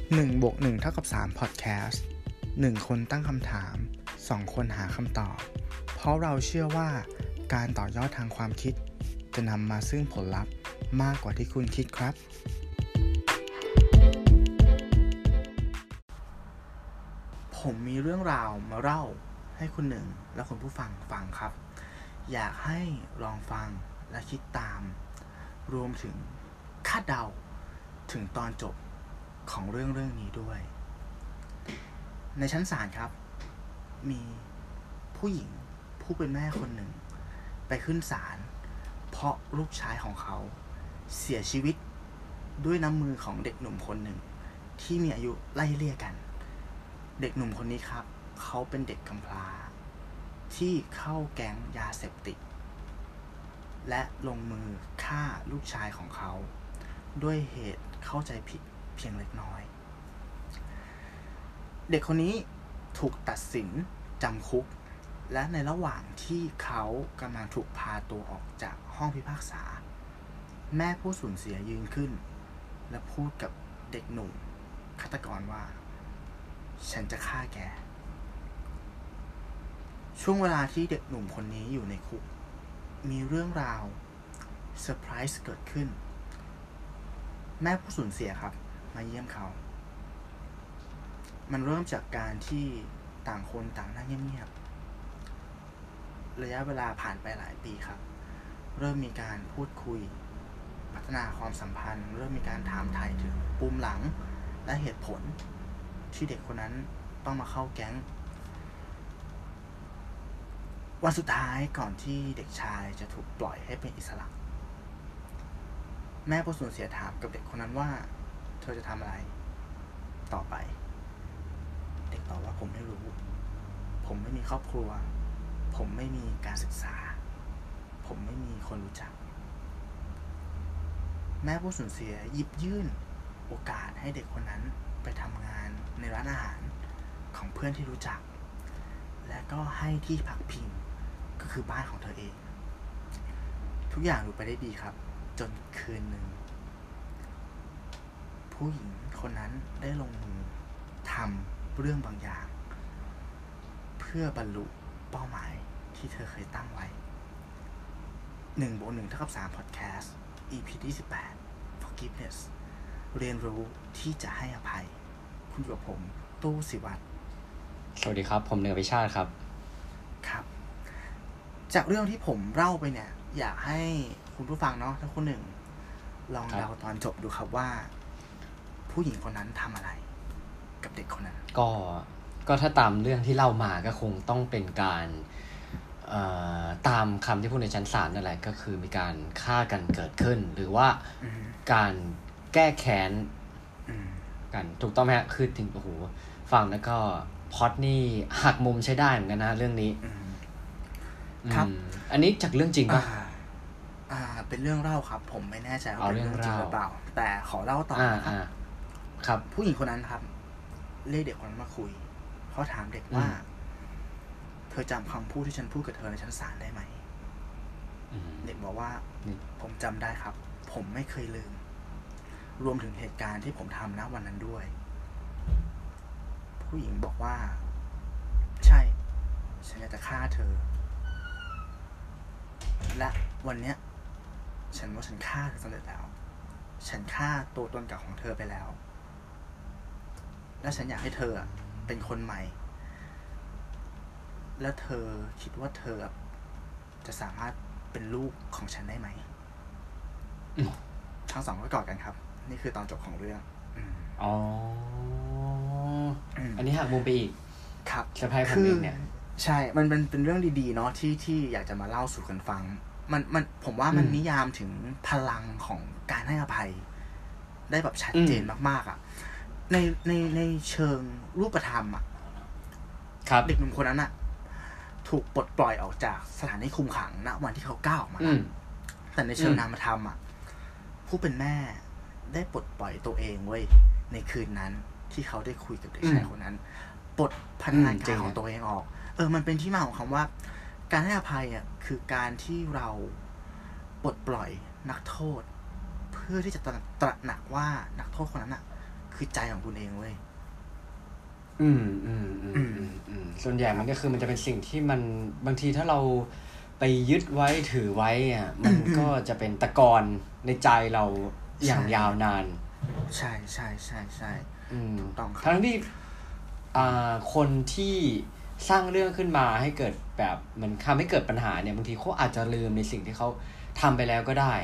1+1=3 Podcast 1 คนตั้งคำถาม2 คนหาคำตอบเพราะเราเชื่อว่าการต่อยอดทางความคิดจะนำมาซึ่งผลลัพธ์มากกว่าที่คุณคิดครับผมมีเรื่องราวมาเล่าให้คุณหนึ่งและคุณผู้ฟังฟังครับอยากให้ลองฟังและคิดตามรวมถึงคาดเดาถึงตอนจบของเรื่องนี้ด้วยในชั้นศาลครับมีผู้หญิงผู้เป็นแม่คนหนึ่งไปขึ้นศาลเพราะลูกชายของเขาเสียชีวิตด้วยน้ำมือของเด็กหนุ่มคนหนึ่งที่มีอายุไล่เลี่ยกันเด็กหนุ่มคนนี้ครับเขาเป็นเด็กกำพร้าที่เข้าแก๊งยาเสพติดและลงมือฆ่าลูกชายของเขาด้วยเหตุเข้าใจผิดเพียงเล็กน้อยเด็กคนนี้ถูกตัดสินจำคุกและในระหว่างที่เขากำลังถูกพาตัวออกจากห้องพิพากษาแม่ผู้สูญเสียยืนขึ้นและพูดกับเด็กหนุ่มฆาตกรว่าฉันจะฆ่าแกช่วงเวลาที่เด็กหนุ่มคนนี้อยู่ในคุกมีเรื่องราวเซอร์ไพรส์เกิดขึ้นแม่ผู้สูญเสียครับมาเยี่ยมเขามันเริ่มจากการที่ต่างคนต่างนั่งเงียบๆระยะเวลาผ่านไปหลายปีครับเริ่มมีการพูดคุยพัฒนาความสัมพันธ์เริ่มมีการถามไถ่ถึงปุ่มหลังและเหตุผลที่เด็กคนนั้นต้องมาเข้าแก๊งวันสุดท้ายก่อนที่เด็กชายจะถูกปล่อยให้เป็นอิสระแม่ผู้สูญเสียถามกับเด็กคนนั้นว่าเธอจะทำอะไรต่อไปเด็กตอบว่าผมไม่รู้ผมไม่มีครอบครัวผมไม่มีการศึกษาผมไม่มีคนรู้จักแม่ผู้สูญเสียหยิบยื่นโอกาสให้เด็กคนนั้นไปทำงานในร้านอาหารของเพื่อนที่รู้จักและก็ให้ที่พักพิงก็คือบ้านของเธอเองทุกอย่างดูไปได้ดีครับจนคืนหนึ่งผู้หญิงคนนั้นได้ลงมือทำเรื่องบางอย่างเพื่อบรรลุเป้าหมายที่เธอเคยตั้งไว้1+1=3 Podcast EP ที่18 Forgiveness เรียนรู้ที่จะให้อภัยคุณอยู่กับผมตู้ศิวัตรสวัสดีครับผมเหนือวิชาติครับครับจากเรื่องที่ผมเล่าไปเนี่ยอยากให้คุณผู้ฟังเนาะทั้งคนหนึ่งลองเดาตอนจบดูครับว่าผู้หญิงคนนั้นทำอะไรกับเด็กคนนั้นก็ถ้าตามเรื่องที่เล่ามาก็คงต้องเป็นการตามคำที่พูดในชั้นศาลนั่นแหละก็คือมีการฆ่ากันเกิดขึ้นหรือว่าการแก้แค้นกันถูกต้องไหมฮะคือถึงโอ้โหฟังแล้วก็พล็อตนี่หักมุมใช้ได้เหมือนกันนะเรื่องนี้ครับอันนี้จากเรื่องจริงป่ะเป็นเรื่องเล่าครับผมไม่แน่ใจว่าเป็นเรื่องจริงหรือเปล่าแต่ขอเล่าต่อครับผู้หญิงคนนั้นครับเรียกเด็กคนนั้นมาคุยเขาถามเด็กว่าเธอจำคำพูดที่ฉันพูดกับเธอในชั้นศาลได้ไหมเด็กบอกว่าผมจำได้ครับผมไม่เคยลืมรวมถึงเหตุการณ์ที่ผมทำณวันนั้นด้วยผู้หญิงบอกว่าใช่ฉันจะฆ่าเธอและวันเนี้ยฉันว่าฉันฆ่าเธอสำเร็จแล้วฉันฆ่าตัวตนเก่าของเธอไปแล้วและฉันอยากให้เธอเป็นคนใหม่และเธอคิดว่าเธอจะสามารถเป็นลูกของฉันได้ไหมทั้งสองก็กอดกันครับนี่คือตอนจบของเรื่องอันนี้หักมุมไปอีกครับเซอร์ไพรส์ผมเองเนี่ยใช่มันเป็นเรื่องดีๆเนาะที่อยากจะมาเล่าสู่กันฟังมันผมว่ามันนิยามถึงพลังของการให้อภัยได้แบบชัดเจนมากๆในเชิงรูปธรรมเด็กหนุ่มคนนั้นถูกปลดปล่อยออกจากสถานที่คุมขังณวันที่เขาก้าวออกมาแต่ในเชิงนามธรรมผู้เป็นแม่ได้ปลดปล่อยตัวเองเว้ยในคืนนั้นที่เขาได้คุยกับเด็กชายคนนั้นปลดพันธนาการของตัวเองออกมันเป็นที่มาของคำว่าการให้อภัยคือการที่เราปลดปล่อยนักโทษเพื่อที่จะตระหนักว่านักโทษคนนั้นคือใจของคุณเองเว้ยส่วนใหญ่มันก็คือมันจะเป็นสิ่งที่มันบางทีถ้าเราไปยึดไว้ถือไว้อ่ะมันก็จะเป็นตะกอนในใจเราอย่างยาวนานใช่ใช่ใช่ใช่ต้องทั้งที่คนที่สร้างเรื่องขึ้นมาให้เกิดแบบเหมือนทำให้เกิดปัญหาเนี่ยบางทีเขาอาจจะลืมในสิ่งที่เขาทำไปแล้วก็ได้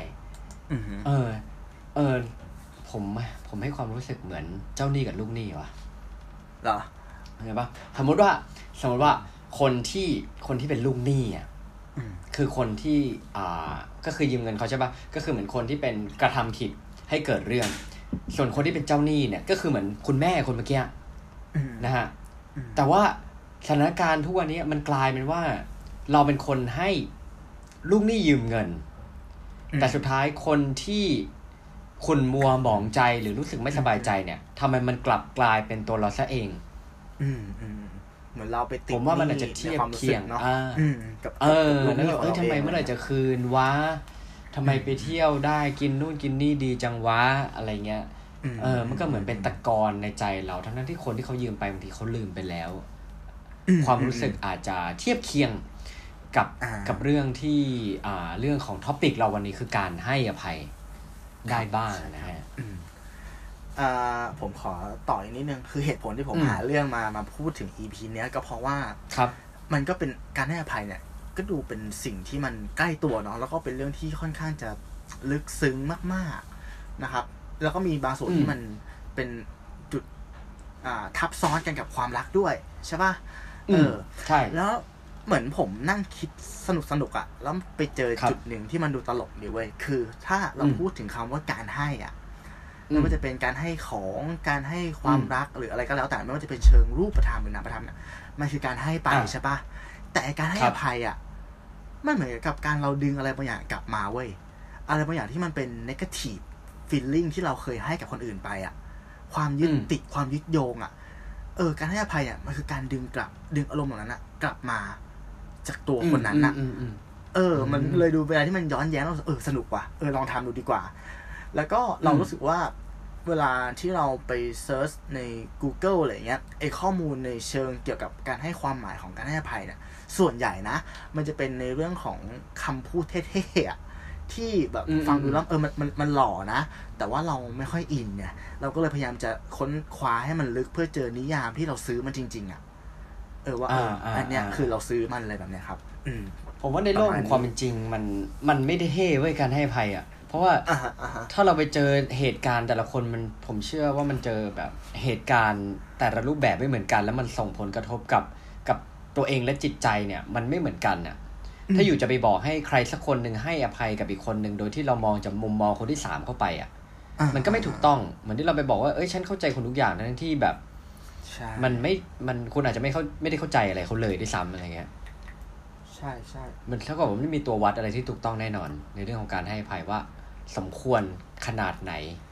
ผมให้ความรู้สึกเหมือนเจ้าหนี้กับลูกหนี้ว่ะเหรอเห็นปะสมมติว่าคนที่เป็นลูกหนี้อ่ะคือคนที่ก็คือยืมเงินเขาใช่ปะก็คือเหมือนคนที่เป็นกระทำผิดให้เกิดเรื่องส่วนคนที่เป็นเจ้าหนี้เนี่ยก็คือเหมือนคุณแม่คนเมื่อกี้นะฮะแต่ว่าสถานการณ์ทุกวันนี้มันกลายเป็นว่าเราเป็นคนให้ลูกหนี้ยืมเงินแต่สุดท้ายคนที่ขุ่นมัวหมองใจหรือรู้สึกไม่สบายใจเนี่ยทำไมมันกลับกลายเป็นตัวเราซะเองเหมือนเราไปติดผมว่ามันอาจจะเทียบเคียงเนาะแล้วทำไมเมื่อไหร่จะคืนวะทำไมไปเที่ยวได้กินนู่นกินนี่ดีจังวะอะไรเงี้ยมันก็เหมือนเป็นตะกอนในใจเราทั้งที่คนที่เขายืมไปบางทีเขาลืมไปแล้วความรู้สึกอาจจะเทียบเคียงกับเรื่องที่เรื่องของท็อปิกเราวันนี้คือการให้อภัยได้บ้างนะฮะผมขอต่ออีกนิดนึงคือเหตุผลที่ผมหาเรื่องมาพูดถึง EP เนี้ยก็เพราะว่ามันก็เป็นการให้อภัยเนี่ยก็ดูเป็นสิ่งที่มันใกล้ตัวเนาะแล้วก็เป็นเรื่องที่ค่อนข้างจะลึกซึ้งมากๆนะครับแล้วก็มีบางส่วนที่มันเป็นจุดทับซ้อนกันกับความรักด้วยใช่ป่ะใช่แล้วเหมือนผมนั่งคิดสนุกอ่ะแล้วไปเจอจุดหนึ่งที่มันดูตลกดีเว้ยคือถ้าเราพูดถึงคำว่าการให้อ่ะไม่ว่าจะเป็นการให้ของการให้ความรักหรืออะไรก็แล้วแต่ไม่ว่าจะเป็นเชิงรูปธรรมหรือนามธรรมเนี่ยมันคือการให้ไปใช่ป่ะแต่การให้อภัยอ่ะมันเหมือนกับการเราดึงอะไรบางอย่างกลับมาเว้ยอะไรบางอย่างที่มันเป็น negative feeling ที่เราเคยให้กับคนอื่นไปอ่ะความยึดติดความยึดโยงอ่ะการให้อภัยอ่ะมันคือการดึงอารมณ์เหล่านั้นอ่ะกลับมาจากตัวคนนั้นอ่ะมันเลยดูเวลาที่มันย้อนแย้งเราสนุกว่ะลองทำดูดีกว่าแล้วก็เรารู้สึกว่าเวลาที่เราไปเซิร์ชใน Google อะไรเงี้ยข้อมูลในเชิงเกี่ยวกับการให้ความหมายของการให้อภัยเนี่ยส่วนใหญ่นะมันจะเป็นในเรื่องของคำพูดเท่ๆที่แบบฟังดูแล้วมันหล่อนะแต่ว่าเราไม่ค่อยอินเนี่ยเราก็เลยพยายามจะค้นคว้าให้มันลึกเพื่อเจอนิยามที่เราซื้อมันจริงๆอ่ะว่าอันเนี้ยคือเราซื้อมันอะไรแบบเนี้ยครับผมว่าในโลกของความเป็นจริงมันไม่ได้เท่เว้ยการให้อภัยอ่ะเพราะว่าถ้าเราไปเจอเหตุการณ์แต่ละคนผมเชื่อว่ามันเจอแบบเหตุการณ์แต่ละรูปแบบไม่เหมือนกันแล้วมันส่งผลกระทบกับตัวเองและจิตใจเนี่ยมันไม่เหมือนกันน่ะถ้าอยู่จะไปบอกให้ใครสักคนนึงให้อภัยกับอีกคนนึงโดยที่เรามองจากมุมมองคนที่3เข้าไปอ่ะมันก็ไม่ถูกต้องเหมือนที่เราไปบอกว่าฉันเข้าใจคนทุกอย่างทั้งที่แบบมันคุณอาจจะไม่ได้เข้าใจอะไรเขาเลยด้วยซ้ำอะไรเงี้ยใช่ใช่มันเท่ากับว่าไม่มีตัววัดอะไรที่ถูกต้องแน่นอนในเรื่องของการให้อภัยว่าสมควรขนาดไหน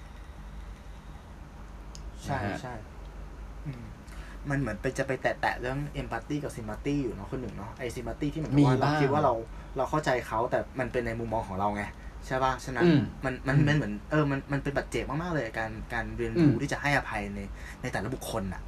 ใช่ใช่มันเหมือนจะไปแตะเรื่อง empathy กับ sympathy อยู่เนาะคนหนึ่งเนาะsympathy ที่เหมือนว่าเราคิดว่าเราเข้าใจเขาแต่มันเป็นในมุมมองของเราไงใช่ป่ะฉะนั้นมันเป็นเหมือนมันเป็นปัจเจกมากๆเลยการเรียนรู้ที่จะให้อภัยในแต่ละบุคคลน่ะ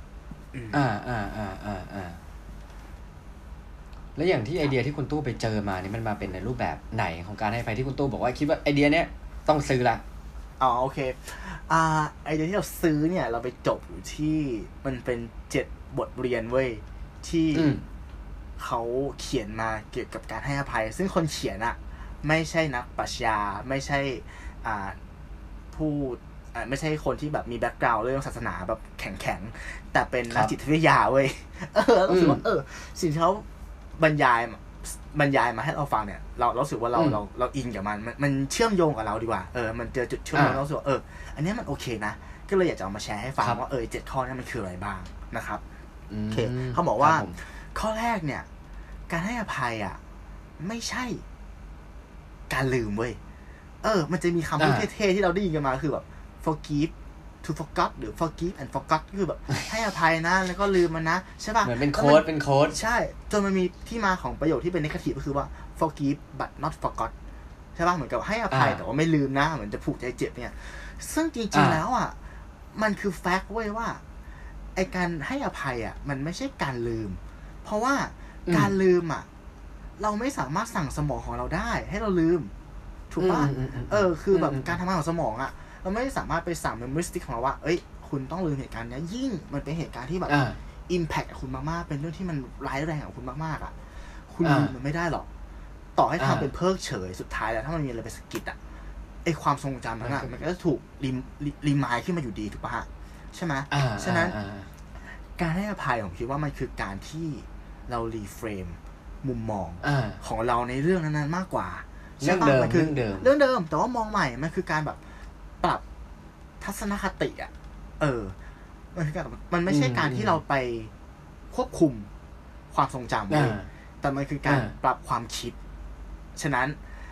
แล้วอย่างที่ไอเดียที่คุณตู้ไปเจอมานี่มันมาเป็นในรูปแบบไหนของการให้อภัยที่คุณตู้บอกว่าคิดว่าไอเดียเนี้ยต้องซื้อละโอเคไอเดียที่เราซื้อเนี่ยเราไปจบอยู่ที่มันเป็น7บทเรียนเว้ยที่เขาเขียนมาเกี่ยวกับการให้อภัยซึ่งคนเขียนอ่ะไม่ใช่นักปรัชญาไม่ใช่ผู้ไม่ใช่คนที่แบบมีแบ็คกราวด์เรื่องศาสนาแบบแข็งๆแต่เป็นนักจิตวิทยาเว้ยรู้สึกว่าสิ่งที่เขาบรรยายมาให้เราฟังเนี่ยเรารู้สึกว่าเราอินกับมันเชื่อมโยงกับเราดีกว่ามันเจอจุดเชื่อมโยงเราสึกว่าอันนี้มันโอเคนะก็เลยอยากจะเอามาแชร์ให้ฟังว่า7ข้อนี้มันคืออะไรบ้างนะครับโอเคเขาบอกว่าข้อแรกเนี่ยการให้อภัยอ่ะไม่ใช่การลืมเว้ยมันจะมีคำพูดเท่ๆที่เราได้ยินกันมาคือแบบ forgive to forget หรือ forgive and forget คือแบบให้อภัยนะแล้วก็ลืมมันนะใช่ป่ะเหมือนเป็นโค้ดใช่จนมันมีที่มาของประโยคที่เป็น negative ก็คือว่า forgive but not forgot ใช่ป่ะเหมือนกับให้อภัยแต่ว่าไม่ลืมนะเหมือนจะผูกใจเจ็บเนี่ยซึ่งจริงๆแล้วอ่ะมันคือแฟกต์เว้ยว่าไอการให้อภัยอ่ะมันไม่ใช่การลืมเพราะว่าการลืมอ่ะเราไม่สามารถสั่งสมองของเราได้ให้เราลืมถูกป่ะคือแบบการทำงานของสมองอ่ะเราไม่สามารถไปสั่ง memory stick ของเราว่าเอ้ยคุณต้องลืมเหตุการณ์นี้ยิ่งมันเป็นเหตุการณ์ที่แบบ impact กับคุณมากๆเป็นเรื่องที่มันร้ายแรงกับคุณมากๆอ่ะคุณลืมมันไม่ได้หรอกต่อให้ทำเป็นเพิกเฉยสุดท้ายแล้วถ้ามันมีอะไรไปสะกิดอ่ะไอความทรงจำนั้นมันก็จะถูกรีมายขึ้นมาอยู่ดีถูกป่ะใช่ไหมฉะนั้นการให้อภัยผมคิดว่ามันคือการที่เรารีเฟรมมุมมองของเราในเรื่องนั้นๆมากกว่าเรื่องเดิมเรื่องเดิมแต่ว่ามองใหม่มันคือการแบบปรับทัศนคติอ่ะมันคือการมันไม่ใช่การที่เราไปควบคุมความทรงจำเลยแต่มันคือการปรับความคิดฉะนั้น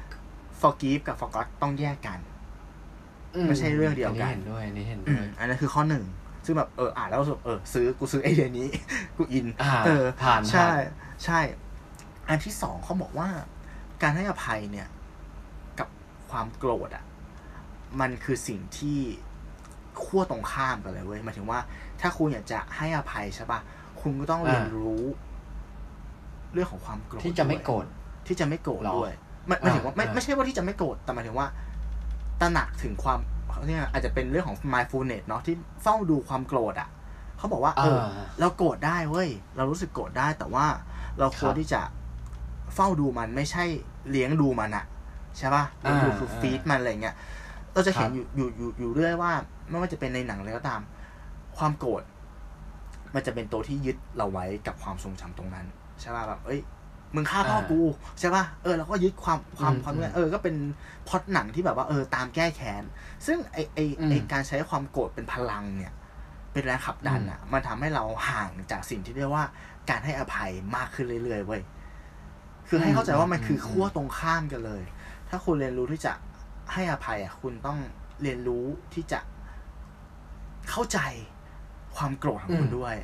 forgive กับ forgot ต้องแยกกันไม่ใช่เรื่องเดียวกันนี่เห็นด้วยอันนั้นคือข้อหนึ่งซึ่งแบบอ่านแล้วกูซื้อไอเดียนี้กูอินผ่านใช่อันที่สองเขาบอกว่าการให้อภัยเนี่ยกับความโกรธอ่ะมันคือสิ่งที่ขั้วตรงข้ามกันเลยเว้ยหมายถึงว่าถ้าคุณอยากจะให้อภัยใช่ป่ะคุณก็ต้องเรียนรู้เรื่องของความโกรธที่จะไม่โกรธด้วยหมายถึงว่าไม่ใช่ว่าที่จะไม่โกรธแต่หมายถึงว่าตระหนักถึงความเนี่ยอาจจะเป็นเรื่องของ mindfulness เนาะที่เฝ้าดูความโกรธอ่ะเขาบอกว่าเราโกรธได้เว้ยเรารู้สึกโกรธได้แต่ว่าเราควรที่จะเฝ้าดูมันไม่ใช่เลี้ยงดูมันอะใช่ป่ะเลี้ยงดูคือฟีดมันอะไรเงี้ยเราจะเห็นอยู่เรื่อยว่าไม่ว่าจะเป็นในหนังอะไรก็ตามความโกรธมันจะเป็นตัวที่ยึดเราไว้กับความทรงจำตรงนั้นใช่ป่ะแบบมึงฆ่าพ่อกูใช่ป่ะเราก็ยึดความก็เป็นพล็อตหนังที่แบบว่าตามแก้แค้นซึ่งไอการใช้ความโกรธเป็นพลังเนี่ยเป็นแรงขับดันอ่ะมันทำให้เราห่างจากสิ่งที่เรียกว่าการให้อภัยมากขึ้นเรื่อยๆเว้ยคือให้เข้าใจว่ามันคือขั้วตรงข้ามกันเลยถ้าคุณเรียนรู้ที่จะให้อภัยอ่ะคุณต้องเรียนรู้ที่จะเข้าใจความโกรธของคุณด้วย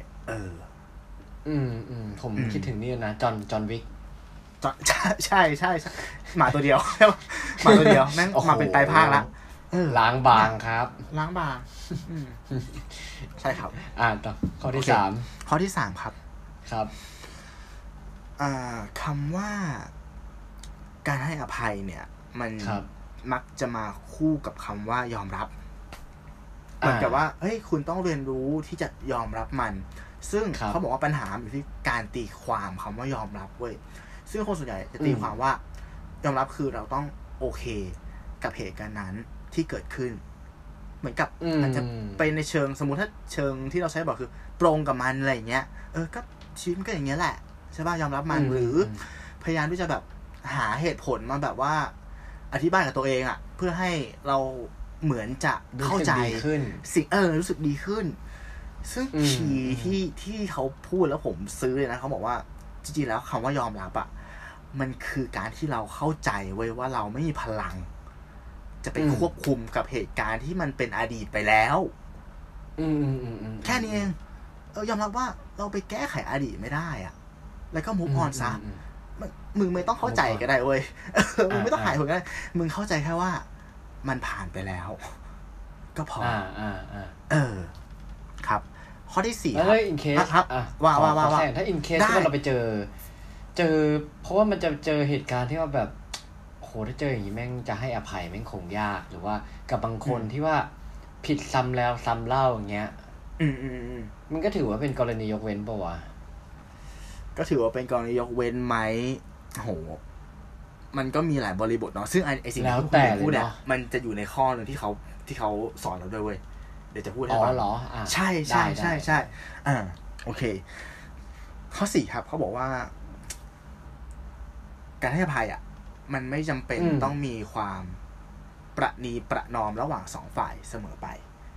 ผมคิดถึงนี่นะจอห์นวิกใช่หมาตัวเดียวหมาตัวเดียวแม่งมาเป็นไตรภาคละล้างบางครับล้างบางใช่ครับต่อข้อที่3 ข้อที่3ครับคำว่าการให้อภัยเนี่ยมันมักจะมาคู่กับคำว่ายอมรับเหมือนกับว่าเฮ้ยคุณต้องเรียนรู้ที่จะยอมรับมันซึ่งเขาบอกว่าปัญหาอยู่ที่การตีความคำว่ายอมรับเว้ยซึ่งคนส่วนใหญ่จะตีความว่ายอมรับคือเราต้องโอเคกับเหตุการณ์นั้นที่เกิดขึ้นเหมือนกับอาจจะไปในเชิงสมมุติถ้าเชิงที่เราใช้บอกคือปรงกับมันอะไรอย่างเงี้ยก็ชีวิตมันก็อย่างเงี้ยแหละใช่ป่ะยอมรับมันหรือพยายามที่จะแบบหาเหตุผลมาแบบว่าอธิบายกับตัวเองอ่ะเพื่อให้เราเหมือนจะเข้าใจสิ่งรู้สึกดีขึ้นซึ่งคีย์ที่เขาพูดแล้วผมซื้อเลยนะเขาบอกว่าจริงๆแล้วคำว่ายอมรับอ่ะมันคือการที่เราเข้าใจไว้ว่าเราไม่มีพลังจะไปควบคุมกับเหตุการณ์ที่มันเป็นอดีตไปแล้วแค่นี้เองยอมรับว่าเราไปแก้ไขอดีตไม่ได้อ่ะแล้วก็ move on ซะมึงไม่ต้องเข้าใจก็ได้เว้ยมึงไม่ต้องหายหัวก็ได้มึงเข้าใจแค่ว่ามันผ่านไปแล้วก็พอครับข้อที่4 ครับว่าถ้า in case ที่เราไปเจอเพราะว่ามันจะเจอเหตุการณ์ที่ว่าแบบโหถ้าเจออย่างนี้แม่งจะให้อภัยแม่งคงยากหรือว่ากับบางคนที่ว่าผิดซ้ำแล้วซ้ำเล่าอย่างเงี้ยมันก็ถือว่าเป็นกรณียกเว้นป่ะวะก็ถือว่าเป็นกรณียกเว้นไหมโหมันก็มีหลายบริบทเนาะซึ่งไอ้สิ่งที่คุณพูดเนี่ยมันจะอยู่ในข้อนึงที่เขาสอนเราด้วยเว้ยเดี๋ยวจะพูดให้ฟังใช่โอเคข้อ4ครับเขาบอกว่าการให้อภัยอ่ะมันไม่จำเป็นต้องมีความประนีประนอมระหว่าง2ฝ่ายเสมอไป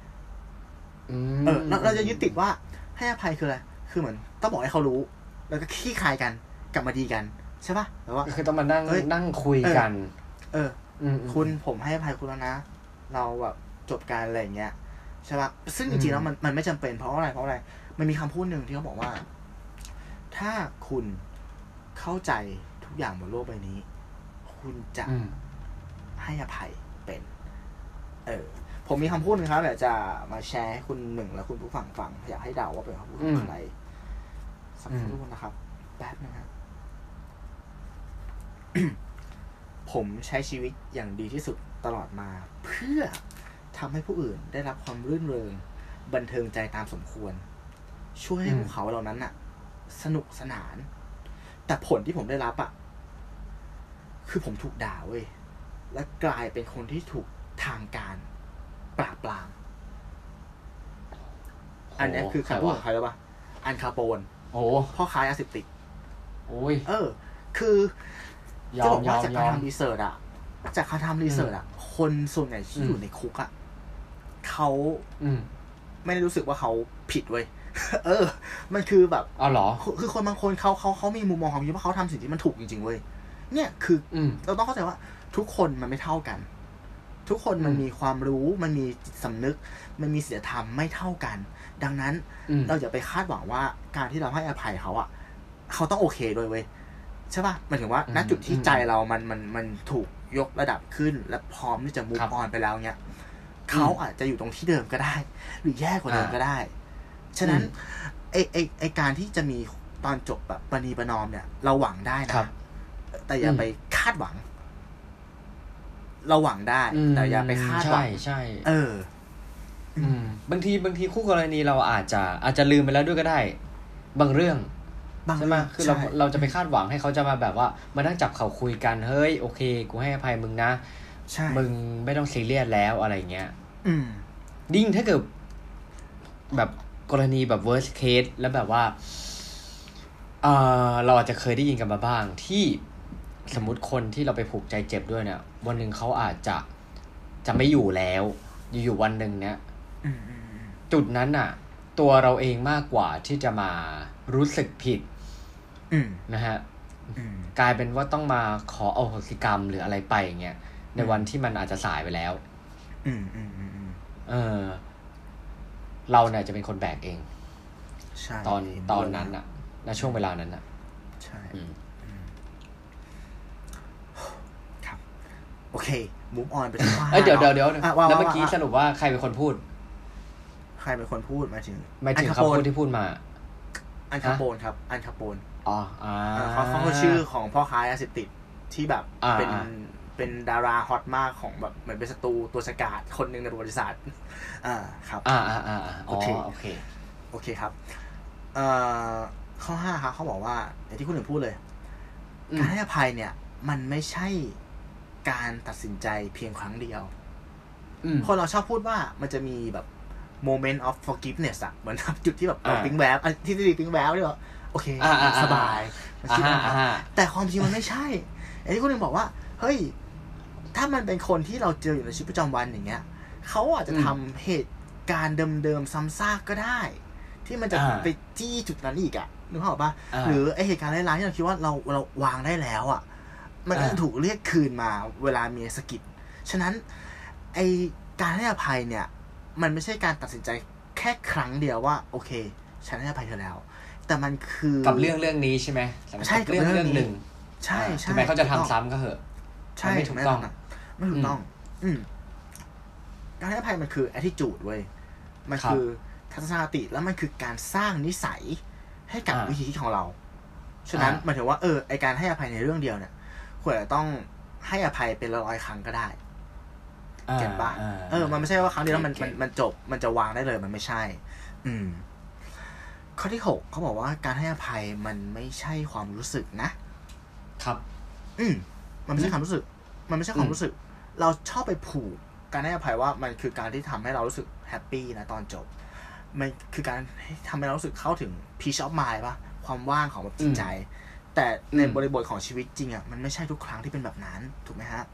เราจะยึดติดว่าให้อภัยคืออะไรคือเหมือนต้องบอกให้เขารู้แล้วก็ขี้คายกันกลับมาดีกันใช่ป่ะแต่ว่าคือต้องมานั่งคุยกันคุณผมให้อภัยคุณแล้วนะเราแบบจบการอะไรอย่างเงี้ยใช่ป่ะซึ่งจริงๆแล้วมันไม่จำเป็นเพราะอะไรมันมีคำพูดหนึ่งที่เขาบอกว่าถ้าคุณเข้าใจทุกอย่างบนโลกใบนี้คุณจะให้อภัยเป็นผผมมีคำพูดนึงครับอยากจะมาแชร์ให้คุณหนึ่งและคุณผู้ฟังฟังอยากให้เดาว่าเป็นคำพูดของใครสักครู่นะครับแป๊บนึงครับ ผมใช้ชีวิตอย่างดีที่สุดตลอดมาเพื่อทำให้ผู้อื่นได้รับความรื่นเริงบันเทิงใจตามสมควรช่วยให้พวกเขาเหล่านั้นน่ะสนุกสนานแต่ผลที่ผมได้รับอ่ะคือผมถูกด่าเว้ยและกลายเป็นคนที่ถูกทางการปราบปรามอันนี้คือคำพูดของใครแล้วป่ะอันคาโปนพ่อค้ายาเสพติดคือจะบอกว่าจากการทำรีเสิร์ชอะจากการทำรีเสิร์ชอะคนส่วนใหญ่ที่อยู่ในคุกอะเขาไม่ได้รู้สึกว่าเขาผิดเว้ยมันคือแบบเหรอคือคนบางคนเขามีมุมมองความคิดว่าเขาทำสิ่งที่มันถูกจริงๆเว้ยเนี่ยคือเราต้องเข้าใจว่าทุกคนมันไม่เท่ากันทุกคนมันมีความรู้มันมีจิตสำนึกมันมีศีลธรรมไม่เท่ากันดังนั้นเราอย่าไปคาดหวังว่าการที่เราให้อภัยเขาอะเขาต้องโอเคด้วยเว้ยใช่ป่ะหมายถึงว่าณจุดที่ใจเรามันถูกยกระดับขึ้นและพร้อมที่จะมูฟออนไปแล้วเนี้ยเขาอาจจะอยู่ตรงที่เดิมก็ได้หรือแย่กว่าเดิมก็ได้ฉะนั้นไอการที่จะมีตอนจบแบบประนีประนอมเนี่ยเราหวังได้นะแต่อย่าไปคาดหวังเราหวังได้แต่อย่าไปคาดหวังใช่บางทีคู่กรณีเราอาจจะลืมไปแล้วด้วยก็ได้บางเรื่องใช่ไหมคือเราจะไปคาดหวังให้เขาจะมาแบบว่ามานั่งจับเขาคุยกันเฮ้ยโอเคกูให้อภัยมึงนะมึงไม่ต้องซีเรียสแล้วอะไรเงี้ยยิ่งถ้าเกิดแบบกรณีแบบ worst case แล้วแบบว่าเราอาจจะเคยได้ยินกันมาบ้างที่สมมุติคนที่เราไปผูกใจเจ็บด้วยเนี่ยวันหนึ่งเขาอาจจะไม่อยู่แล้วอยู่วันหนึ่งเนี่ยจุดนั้นน่ะตัวเราเองมากกว่าที่จะมารู้สึกผิดนะฮะกลายเป็นว่าต้องมาขออโหสิกรรมหรืออะไรไปอย่างเงี้ยในวันที่มันอาจจะสายไปแล้วเราเนี่ยจะเป็นคนแบกเองตอนนั้นน่ะในช่วงเวลานั้นน่ะใช่ครับโอเคมูฟออนไปที่เดี๋ยวแล้วเมื่อกี้สรุปว่าใครเป็นคนพูดใครเป็นคนพูดหมายถึงคำพูดที่พูดมาอันคาโปนครับอันคาโปนเขาชื่อของพ่อค้ายาเสพติดที่แบบเป็นดาราฮอตมากของแบบเหมือนเป็นศัตรูตัวฉกาจคนหนึ่งในประวัติศาสตร์ครับโอเคครับข้อ5ครับเขาบอกว่าอย่างที่คุณหนึ่งพูดเลยการให้อภัยเนี่ยมันไม่ใช่การตัดสินใจเพียงครั้งเดียวคนเราชอบพูดว่ามันจะมีแบบmoment of forgiveness อะเหมือนจุดที่แบบปิ๊งแวบที่ปิ๊งแวบที่แบบโอเคสบายมันคิดว่าแต่ความจริงมันไม่ใช่อย่างที่คุณหนึ่งบอกว่าเฮ้ยถ้ามันเป็นคนที่เราเจออยู่ในชีวิตประจำวันอย่างเงี้ยเขาอาจจะทำเหตุการณ์เดิมๆซ้ำซากก็ได้ที่มันจะไปจี้จุดนั้นอีกอะนึกภาพป่ะหรือไอเหตุการณ์ร้ายๆที่เราคิดว่าเราวางได้แล้วอะมันถูกเรียกคืนมาเวลามีสกิดฉะนั้นไอการให้อภัยเนี่ยมันไม่ใช่การตัดสินใจแค่ครั้งเดียวว่าโอเคฉันให้อภัยเธอแล้วแต่มันคือกับเรื่องนี้ใช่ไหมใช่กับเรื่องหนึ่งใช่ถึงแม้เขาจะทำซ้ำก็เหอะใช่ไม่ถูกต้องการให้อภัยมันคือ attitude เว้ยมันคือทัศนคติแล้วมันคือการสร้างนิสัยให้กับวิธีคิดของเราฉะนั้นหมายถึงว่าไอการให้อภัยในเรื่องเดียวเนี่ยควรจะต้องให้อภัยเป็นร้อยครั้งก็ได้เก็บบ้างมันไม่ใช่ว่าครั้งเดียวแล้วมันจบมันจะวางได้เลยมันไม่ใช่ข้อที่6เขาบอกว่าการให้อภัยมันไม่ใช่ความรู้สึกนะครับมันไม่ใช่ความรู้สึกมันไม่ใช่ความรู้สึกเราชอบไปผูกการให้อภัยว่ามันคือการที่ทำให้เรารู้สึกแฮปปี้นะตอนจบมันคือการทำให้เรารู้สึกเข้าถึง peace of mind ป่ะความว่างของแบบจิตใจแต่ในบริบทของชีวิตจริงอ่ะมันไม่ใช่ทุกครั้งที่เป็นแบบนั้นถูกไหมฮะ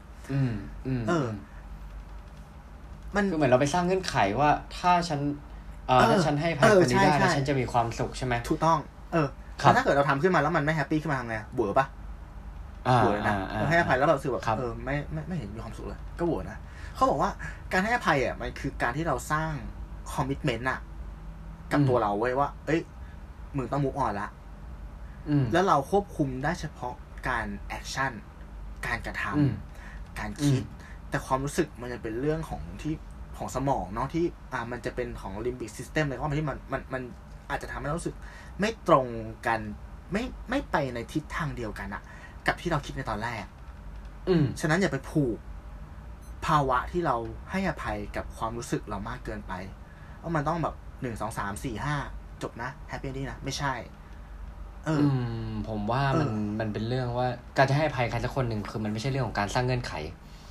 มันคือเหมือนเราไปสร้างเงื่อนไขว่าถ้าฉันให้ภัยคนนี้ได้แล้วฉันจะมีความสุขใช่ไหมถูกต้องถ้าเกิดเราทำขึ้นมาแล้วมันไม่แฮปปี้ขึ้นมาทำไงเบื่อป่ะเบื่อนะเราให้อภัยแล้วเรารู้สึกแบบไม่เห็นมีความสุขเลยก็เบื่อนะเขาบอกว่าการให้อภัยอ่ะมันคือการที่เราสร้างคอมมิตเมนต์อ่ะกับตัวเราไว้ว่าเอ้ยมึงต้องมูฟออนละแล้วเราควบคุมได้เฉพาะการแอคชั่นการกระทำการคิดแต่ความรู้สึกมันจะเป็นเรื่องของที่พของสมองเนาะที่มันจะเป็นของ limbic system เลยว่าที่มันอาจจะทำให้เรารู้สึกไม่ตรงกันไม่ไปในทิศทางเดียวกันอะกับที่เราคิดในตอนแรกฉะนั้นอย่าไปผูกภาวะที่เราให้อภัยกับความรู้สึกเรามากเกินไปว่ามันต้องแบบ1 2 3 4 5จบนะแฮปปี้นี่นะไม่ใช่ผมว่ามันเป็นเรื่องว่าการจะให้อภัยใครสักคนหนึ่งคือมันไม่ใช่เรื่องของการสร้างเงื่อนไข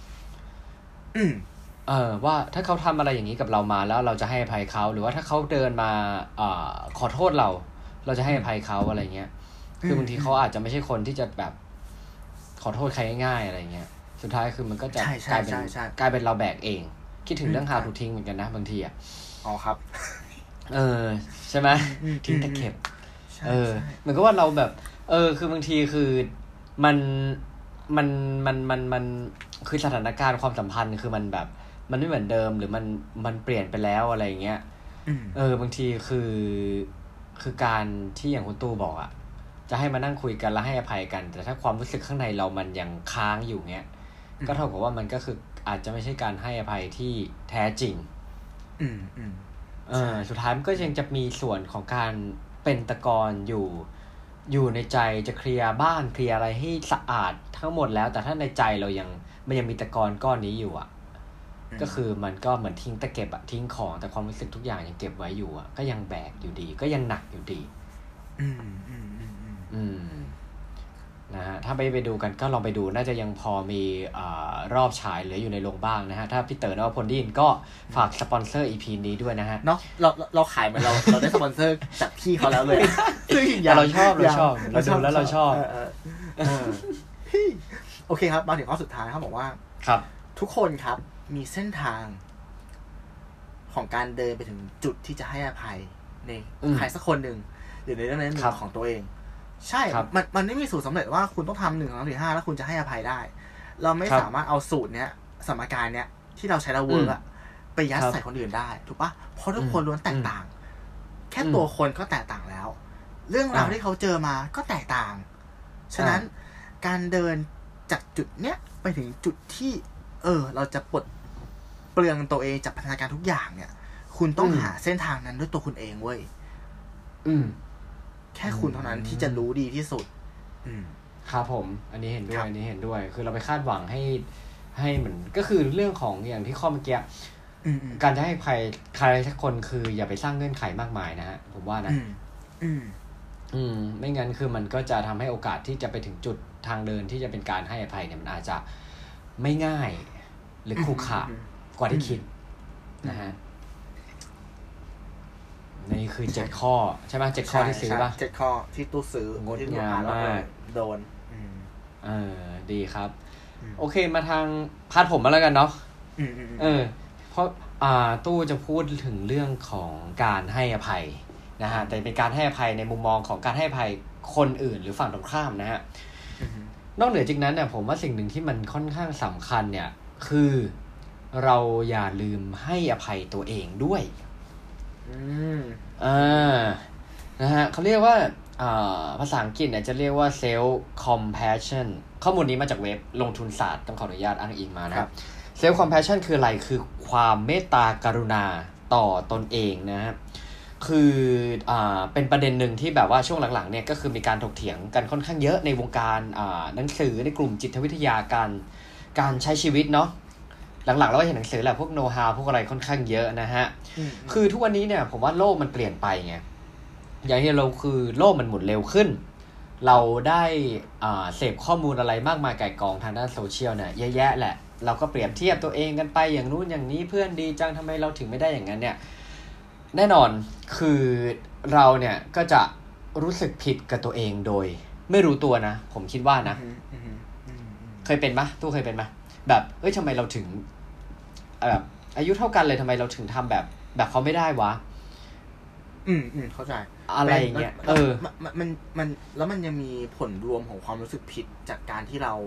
ว่าถ้าเขาทำอะไรอย่างนี้กับเรามาแล้วเราจะให้อภัยเขาหรือว่าถ้าเขาเดินมาขอโทษเราจะให้อภัยเขาอะไรเงี้ยคือบางทีเขาอาจจะไม่ใช่คนที่จะแบบขอโทษใครง่ายๆอะไรเงี้ยสุดท้ายคือมันก็จะกลายเป็นเราแบกเองคิดถึงเรื่อง how to ทิ้งเหมือนกันนะบางทีอ๋อครับใช่ไหมทิ้งตะเข็บเหมือนกับว่าเราแบบคือบางทีคือมันคือสถานการณ์ความสัมพันธ์คือมันแบบมันไม่เหมือนเดิมหรือมันเปลี่ยนไปแล้วอะไรอย่างเงี้ยบางทีคือการที่อย่างคุณตู้บอกอ่ะจะให้มานั่งคุยกันแล้วให้อภัยกันแต่ถ้าความรู้สึกข้างในเรามันยังค้างอยู่เงี้ยก็เท่ากับว่ามันก็คืออาจจะไม่ใช่การให้อภัยที่แท้จริงสุดท้ายมันก็ยังจะมีส่วนของการเป็นตะกอนอยู่ในใจจะเคลียร์บ้านเคลียร์อะไรให้สะอาดทั้งหมดแล้วแต่ถ้าในใจเรามันยังมีตะกอนก้อนนี้อยู่อ่ะก็คือมันก็เหมือนทิ้งตะเก็บอะทิ้งของแต่ความรู้สึกทุกอย่างยังเก็บไว้อยู่อ่ะก็ยังแบกอยู่ดีก็ยังหนักอยู่ดีนะฮะถ้าไปดูกันก็ลองไปดูน่าจะยังพอมีรอบฉายเหลืออยู่ในโรงบ้างนะฮะถ้าพี่เต๋อนวพลได้ยินก็ฝากสปอนเซอร์ EP นี้ด้วยนะฮะเนาะเราขายเหมือนเราได้สปอนเซอร์จากพี่เขาแล้วเลยซึ่งเราชอบเราดูแล้วเราชอบโอเคครับมาถึงข้อสุดท้ายเขาบอกว่าครับทุกคนครับมีเส้นทางของการเดินไปถึงจุดที่จะให้อภัยในใครสักคนหนึ่งหรือในเรื่องนั้นของตัวเองใช่มันไม่มีสูตรสำเร็จว่าคุณต้องทำ1 2 3 4 5แล้วคุณจะให้อภัยได้เราไม่สามารถเอาสูตรเนี้ยสมการเนี้ยที่เราใช้แล้วเวิร์กอะไปยัดใส่คนอื่นได้ถูกปะเพราะทุกคนล้วนแตกต่างแค่ตัวคนก็แตกต่างแล้วเรื่องราวที่เขาเจอมาก็แตกต่างฉะนั้นการเดินจากจุดเนี้ยไปถึงจุดที่เราจะปลดเปลืองตัวเองจากพัฒนาการทุกอย่างเนี่ยคุณต้องหาเส้นทางนั้นด้วยตัวคุณเองเว้ยแค่คุณเท่านั้นที่จะรู้ดีที่สุดครับผมอันนี้เห็นด้วยคือเราไปคาดหวังให้เหมือนก็คือเรื่องของอย่างที่ข้อเมื่อกี้การจะให้ใครสักคนคืออย่าไปสร้างเงื่อนไขมากมายนะฮะผมว่านะไม่งั้นคือมันก็จะทำให้โอกาสที่จะไปถึงจุดทางเดินที่จะเป็นการให้อภัยเนี่ยมันอาจจะไม่ง่ายหรือขรุขระกว่าที่คิดนะฮะนี่คือ7ข้อใช่ไหม7ข้อที่ซื้อป่ะ 7ข้อที่ตู้ซื้องดงามมากโดนดีครับโอเคมาทางพาร์ทผมมาแล้วกันเนาะเพราะตู้จะพูดถึงเรื่องของการให้อภัยนะฮะแต่เป็นการให้อภัยในมุมมองของการให้อภัยคนอื่นหรือฝั่งตรงข้ามนะฮะนอกเหนือจากนั้นเนี่ยผมว่าสิ่งหนึ่งที่มันค่อนข้างสำคัญเนี่ยคือเราอย่าลืมให้อภัยตัวเองด้วยนะฮะเขาเรียกว่าภาษาอังกฤษเนี่ยจะเรียกว่า self compassion ข้อมูลนี้มาจากเว็บลงทุนศาสตร์ต้องขออนุญาตอ้างอิงมานะครับ self compassion คืออะไรคือความเมตตากรุณาต่อตนเองนะฮะคือเป็นประเด็นหนึ่งที่แบบว่าช่วงหลังๆเนี่ยก็คือมีการถกเถียงกันค่อนข้างเยอะในวงการหนังสือในกลุ่มจิตวิทยาการใช้ชีวิตเนาะหลังๆเราก็เห็นหนังสือแหละพวกโนฮาวพวกอะไรค่อนข้างเยอะนะฮะคือทุกวันนี้เนี่ยผมว่าโลกมันเปลี่ยนไปไงอย่างที่เราคือโลกมันหมุนเร็วขึ้นเราได้เสพข้อมูลอะไรมากมายไก่กองทางด้านโซเชียลเนี่ยเยอะแยะแหละเราก็เปรียบเทียบตัวเองกันไปอย่างนู้นอย่างนี้เพื่อนดีจังทำไมเราถึงไม่ได้อย่างนั้นเนี่ยแน่นอนคือเราเนี่ยก็จะรู้สึกผิดกับตัวเองโดยไม่รู้ตัวนะผมคิดว่านะเคยเป็นปะตู้เคยเป็นปะแบบทำไมเราถึงแบบอายุเท่ากันเลยทำไมเราถึงทำแบบเขาไม่ได้วะเข้าใจอะไรอย่างเงี้ยมันแล้วมันยังมีผลรวมของความรู้สึกผิดจากการที่เรา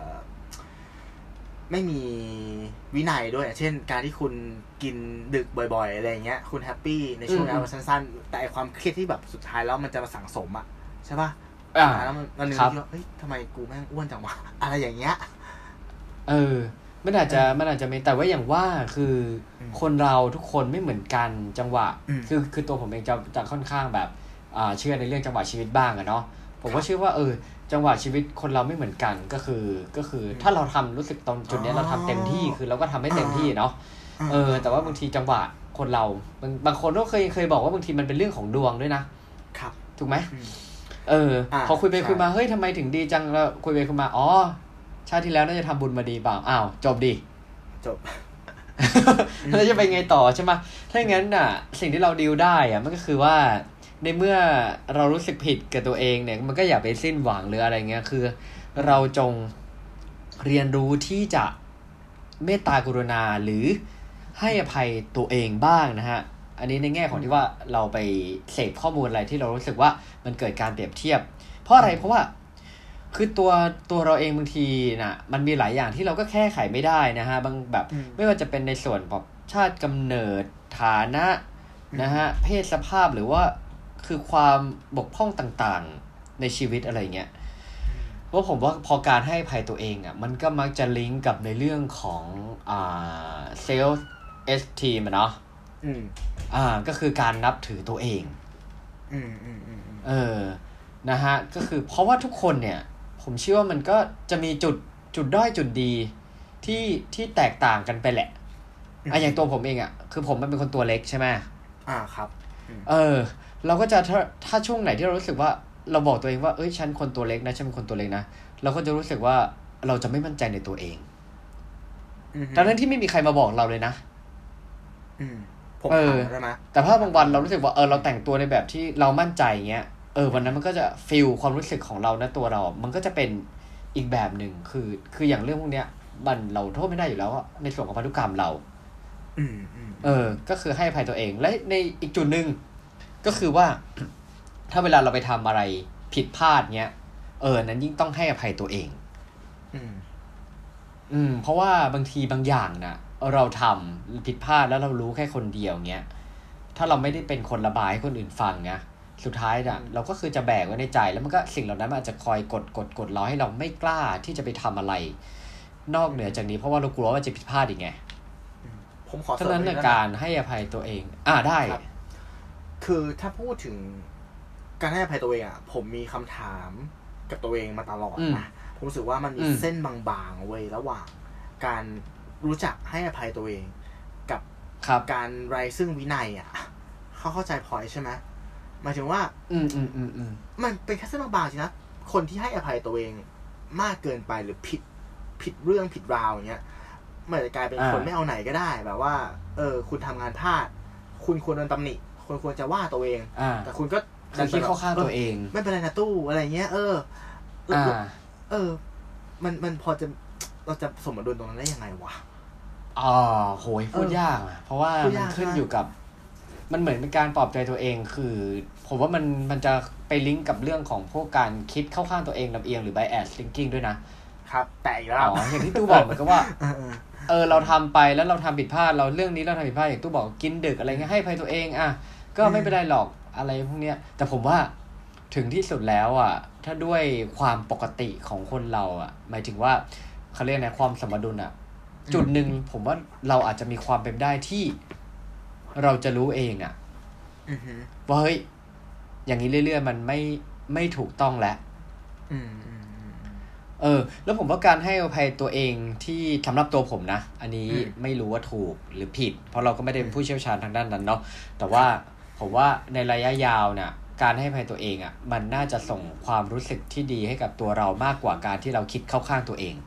ไม่มีวินัยด้วยเช่นการที่คุณกินดึกบ่อยๆอะไรอย่างเงี้ยคุณแฮปปี้ในช่วงเวลาสั้นๆแต่ความเครียดที่แบบสุดท้ายแล้วมันจะมาสั่งสมอ่ะใช่ป่ะแล้วมันนึกว่าเฮ้ยทำไมกูแม่งอ้วนจังวะอะไรอย่างเงี้ยมันอาจจะไม่แต่ว่าอย่างว่าคือคนเราทุกคนไม่เหมือนกันจังหวะคือตัวผมเองจะค่อนข้างแบบเชื่อในเรื่องจังหวะชีวิตบ้างอะเนาะผมก็เชื่อว่าจังหวะชีวิตคนเราไม่เหมือนกันก็คือถ้าเราทำรู้สึกตรงจุดนี้เราทำเต็มที่คือเราก็ทำให้เต็มที่เนาะแต่ว่าบางทีจังหวะคนเราบางคนก็เคยบอกว่าบางทีมันเป็นเรื่องของดวงด้วยนะครับถูกไหมพอคุยไปคุยมาเฮ้ยทำไมถึงดีจังแล้วคุยไปคุยมาอ๋อชาติที่แล้วน่าจะทำบุญมาดีเปล่าอ้าวจบดิจบแล้วจะไปไงต่อใช่ไหมถ้าอย่างนั้นน่ะสิ่งที่เราดีลได้อะมันก็คือว่าในเมื่อเรารู้สึกผิดกับตัวเองเนี่ยมันก็อย่าไปสิ้นหวังหรืออะไรเงี้ยคือเราจงเรียนรู้ที่จะเมตตากรุณาหรือให้อภัยตัวเองบ้างนะฮะอันนี้ในแง่ของที่ว่าเราไปเสพข้อมูลอะไรที่เรารู้สึกว่ามันเกิดการเปรียบเทียบเพราะอะไรเพราะว่าคือตัวเราเองบางทีน่ะมันมีหลายอย่างที่เราก็แก้ไขไม่ได้นะฮะบางแบบไม่ว่าจะเป็นในส่วนแบบชาติกำเนิดฐานะนะฮะเพศสภาพหรือว่าคือความบกพร่องต่างๆในชีวิตอะไรเงี้ยเพราะผมว่าพอการให้อภัยตัวเองอ่ะมันก็มักจะลิงก์กับในเรื่องของเซลฟ์เอสทีมเนาะก็คือการนับถือตัวเองนะฮะก็คือเพราะว่าทุกคนเนี่ยผมเชื่อว่ามันก็จะมีจุดด้อยจุดดีที่แตกต่างกันไปแหละอย่างตัวผมเองอ่ะคือผมมันเป็นคนตัวเล็กใช่ไหมครับเราก็จะถ้าช่วงไหนที่เรารู้สึกว่าเราบอกตัวเองว่าเอ้ยฉันคนตัวเล็กนะฉันเป็นคนตัวเล็กนะเราก็จะรู้สึกว่าเราจะไม่มั่นใจในตัวเองทั้งที่ไม่มีใครมาบอกเราเลยนะผมใช่ไหมแต่ถ้าบางวันเรารู้สึกว่าเราแต่งตัวในแบบที่เรามั่นใจเงี้ยวันนั้นมันก็จะฟีลความรู้สึกของเรานะตัวเรามันก็จะเป็นอีกแบบหนึ่งคืออย่างเรื่องพวกเนี้ยเราโทษไม่ได้อยู่แล้วในส่วนของพันธุกรรมเราก็คือให้อภัยตัวเองและในอีกจุดหนึ่งก็คือว่าถ้าเวลาเราไปทำอะไรผิดพลาดเงี้ยนั้นยิ่งต้องให้อภัยตัวเองเพราะว่าบางทีบางอย่างนะเราทำผิดพลาดแล้วเรารู้แค่คนเดียวเงี้ยถ้าเราไม่ได้เป็นคนระบายให้คนอื่นฟังเงี้ยสุดท้ายน่ะเราก็คือจะแบกไว้ในใจแล้วมันก็สิ่งเหล่านั้นมันอาจจะคอยกดเราให้เราไม่กล้าที่จะไปทำอะไรนอกเหนือจากนี้เพราะว่าเรากลัวว่าจะผิดพลาดอีกไงผมขอเสริมฉะนั้นในการให้อภัยตัวเองได้คือถ้าพูดถึงการให้อภัยตัวเองผมมีคำถามกับตัวเองมาตลอดนะผมรู้สึกว่ามันมีเส้นบางๆเว้ยระหว่างการรู้จักให้อภัยตัวเองกับการไร้ซึ่งวินัยเข้าใจพอยใช่ไหมหมายถึงว่ามันเป็นแค่เส้นบางๆจริงนะคนที่ให้อภัยตัวเองมากเกินไปหรือผิดเรื่องผิดราวอย่างเงี้ยมันจะกลายเป็นคนไม่เอาไหนก็ได้แบบว่าคุณทำงานพลาดคุณควรโดนตำหนิคุณควรจะว่าตัวเองแต่คุณก็คิดเข้าข้างตัวเองไม่เป็นไรนะตู้อะไรเงี้ยมันพอจะเราจะสมดุลตรงนั้นได้ยังไงวะโหยพูดยากเพราะว่ามันขึ้นอยู่กับมันเหมือนเป็นการปลอบใจตัวเองคือผมว่ามันจะไปลิงก์กับเรื่องของพวกการคิดเข้าข้างตัวเองลำเอียงหรือ bias thinking ด้วยนะครับแต่อีกแล้วอย่างที่ตู้บอกเหมือนกับว่าเราทำไปแล้วเราทำผิดพลาดเราเรื่องนี้เราทำผิดพลาดอย่างตู้บอกกินดึกอะไรเงี้ยให้อภัยตัวเองก็ไม่เป็นไรหรอกอะไรพวกเนี้ยแต่ผมว่าถึงที่สุดแล้วถ้าด้วยความปกติของคนเราหมายถึงว่าเขาเรียกนะความสมดุลจุดหนึ่งผมว่าเราอาจจะมีความเป็นได้ที่เราจะรู้เองว่าเฮ้ยอย่างนี้เรื่อยๆมันไม่ถูกต้องแล้วแล้วผมว่าการให้อภัยตัวเองที่สำหรับตัวผมนะอันนี้ไม่รู้ว่าถูกหรือผิดเพราะเราก็ไม่ได้เป็นผู้เชี่ยวชาญทางด้านนั้นเนาะแต่ว่าผมว่าในระยะยาวเนี่ยการให้อภัยตัวเองมันน่าจะส่งความรู้สึกที่ดีให้กับตัวเรามากกว่าการที่เราคิดเข้าข้างตัวเอง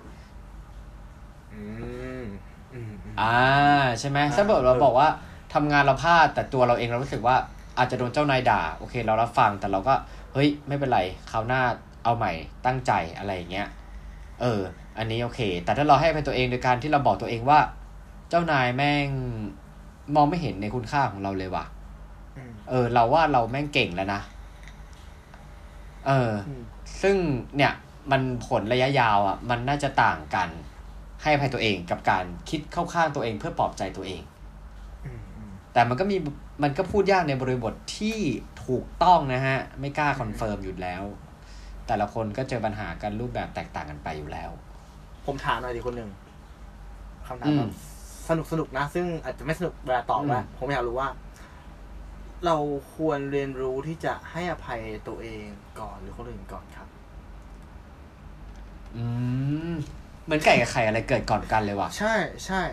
ใช่ไหมถ้าเราบอกว่าทำงานเราพลาดแต่ตัวเราเองเรารู้สึกว่าอาจจะโดนเจ้านายด่าโอเคเรารับฟังแต่เราก็เฮ้ยไม่เป็นไรคราวหน้าเอาใหม่ตั้งใจอะไรอย่างเงี้ยอันนี้โอเคแต่ถ้าเราให้อภัยตัวเองโดยการที่เราบอกตัวเองว่าเจ้านายแม่งมองไม่เห็นในคุณค่าของเราเลยว่ะเราว่าเราแม่งเก่งแล้วนะซึ่งเนี่ยมันผลระยะยาวมันน่าจะต่างกันให้อภัยตัวเองกับการคิดเข้าข้างตัวเองเพื่อปลอบใจตัวเองแต่มันก็พูดยากในบริบทที่ถูกต้องนะฮะไม่กล้าคอนเฟิร์มอยู่แล้วแต่ละคนก็เจอปัญหากันรูปแบบแตกต่างกันไปอยู่แล้วผมถามหน่อยดิคนหนึ่งคำถามแบบสนุกนะซึ่งอาจจะไม่สนุกเวลาตอบว่าผมอยากรู้ว่า เราควรเรียนรู้ที่จะให้อภัยตัวเองก่อนหรือคนอื่นก่อนครับเหมือนไก่กับไข่อะไรเกิดก่อนกันเลยว่ะใช่ใช่